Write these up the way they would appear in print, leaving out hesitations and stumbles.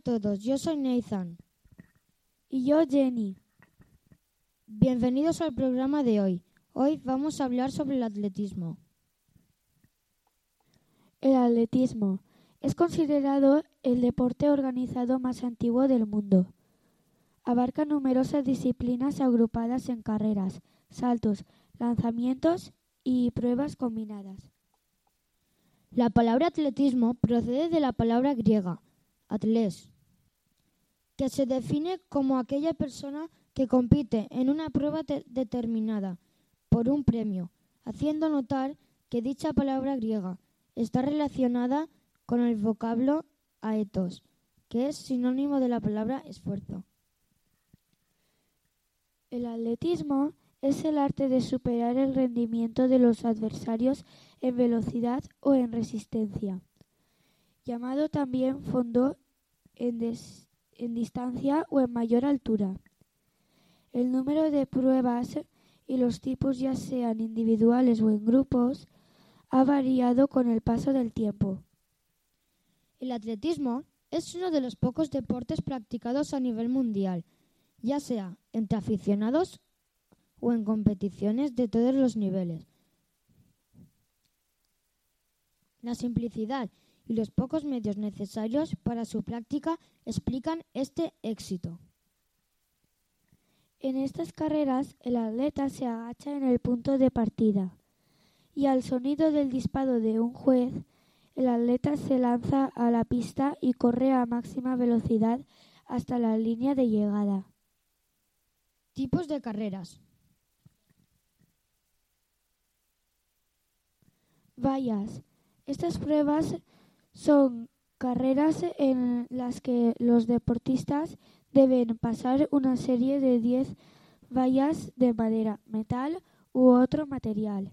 todos, yo soy Nathan. Y yo, Jenny. Bienvenidos al programa de hoy. Hoy vamos a hablar sobre el atletismo. El atletismo es considerado el deporte organizado más antiguo del mundo. Abarca numerosas disciplinas agrupadas en carreras, saltos, lanzamientos y pruebas combinadas. La palabra atletismo procede de la palabra griega, atles, que se define como aquella persona que compite en una prueba determinada por un premio, haciendo notar que dicha palabra griega está relacionada con el vocablo aetos, que es sinónimo de la palabra esfuerzo. El atletismo es el arte de superar el rendimiento de los adversarios en velocidad o en resistencia, llamado también fondo en distancia o en mayor altura. El número de pruebas y los tipos, ya sean individuales o en grupos, ha variado con el paso del tiempo. El atletismo es uno de los pocos deportes practicados a nivel mundial, ya sea entre aficionados o en competiciones de todos los niveles. La simplicidad y los pocos medios necesarios para su práctica explican este éxito. En estas carreras, el atleta se agacha en el punto de partida y al sonido del disparo de un juez, el atleta se lanza a la pista y corre a máxima velocidad hasta la línea de llegada. Tipos de carreras. Vallas. Estas pruebas son carreras en las que los deportistas deben pasar una serie de 10 vallas de madera, metal u otro material.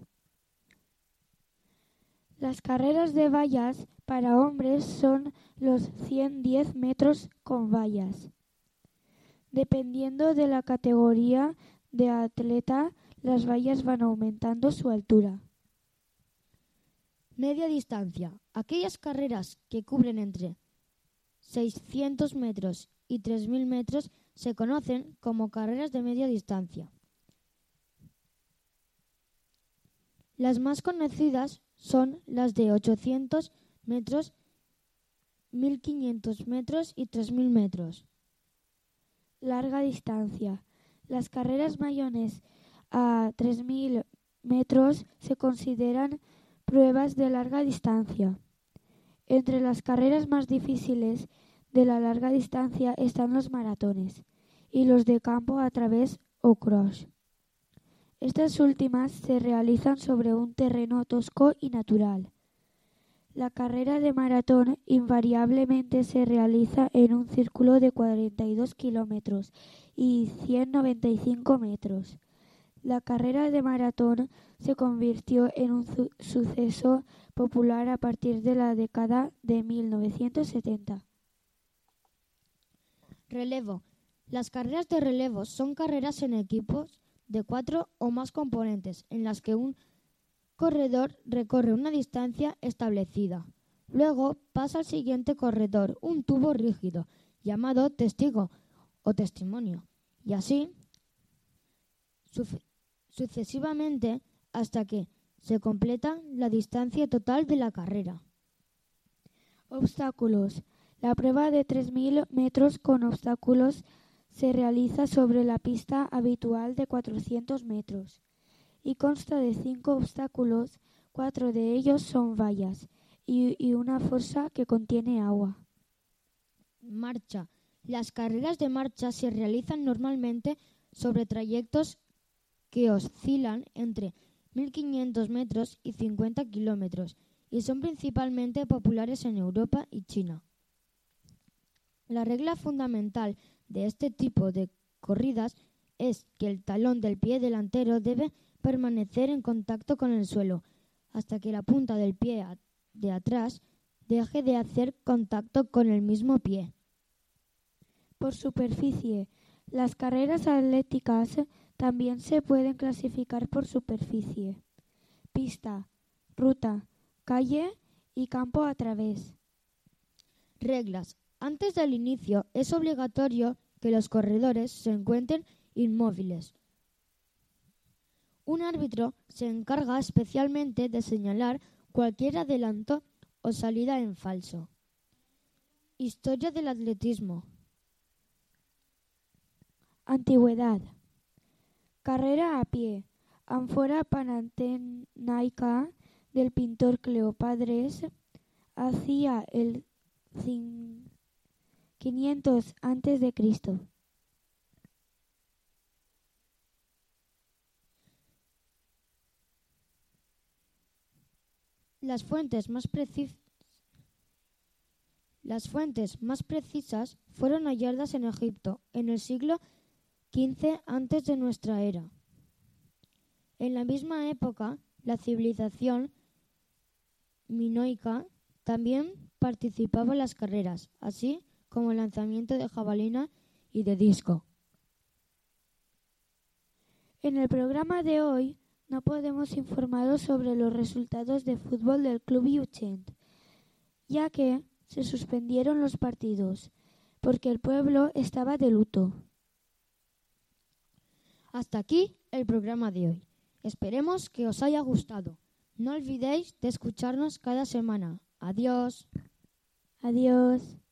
Las carreras de vallas para hombres son los 110 metros con vallas. Dependiendo de la categoría de atleta, las vallas van aumentando su altura. Media distancia. Aquellas carreras que cubren entre 600 metros y 3.000 metros se conocen como carreras de media distancia. Las más conocidas son las de 800 metros, 1.500 metros y 3.000 metros. Larga distancia. Las carreras mayores a 3.000 metros se consideran pruebas de larga distancia. Entre las carreras más difíciles de la larga distancia están los maratones y los de campo a través o cross. Estas últimas se realizan sobre un terreno tosco y natural. La carrera de maratón invariablemente se realiza en un círculo de 42 kilómetros y 195 metros. La carrera de maratón se convirtió en un suceso popular a partir de la década de 1970. Relevo. Las carreras de relevo son carreras en equipos de 4 o más componentes en las que un corredor recorre una distancia establecida. Luego pasa al siguiente corredor un tubo rígido llamado testigo o testimonio y así sucesivamente hasta que se completa la distancia total de la carrera. Obstáculos. La prueba de 3.000 metros con obstáculos se realiza sobre la pista habitual de 400 metros y consta de 5 obstáculos, 4 de ellos son vallas y una fosa que contiene agua. Marcha. Las carreras de marcha se realizan normalmente sobre trayectos que oscilan entre 1.500 metros y 50 kilómetros y son principalmente populares en Europa y China. La regla fundamental de este tipo de corridas es que el talón del pie delantero debe permanecer en contacto con el suelo hasta que la punta del pie de atrás deje de hacer contacto con el mismo pie. Por superficie. Las carreras atléticas también se pueden clasificar por superficie: pista, ruta, calle y campo a través. Reglas. Antes del inicio es obligatorio que los corredores se encuentren inmóviles. Un árbitro se encarga especialmente de señalar cualquier adelanto o salida en falso. Historia del atletismo. Antigüedad. Carrera a pie. Ánfora panatenaica del pintor Cleopádres hacia el 500 a.C. Las fuentes más precisas fueron halladas en Egipto en el siglo XV antes de nuestra era. En la misma época, la civilización minoica también participaba en las carreras, así como el lanzamiento de jabalina y de disco. En el programa de hoy no podemos informaros sobre los resultados de fútbol del Club Llutxent, ya que se suspendieron los partidos, porque el pueblo estaba de luto. Hasta aquí el programa de hoy. Esperemos que os haya gustado. No olvidéis de escucharnos cada semana. Adiós. Adiós.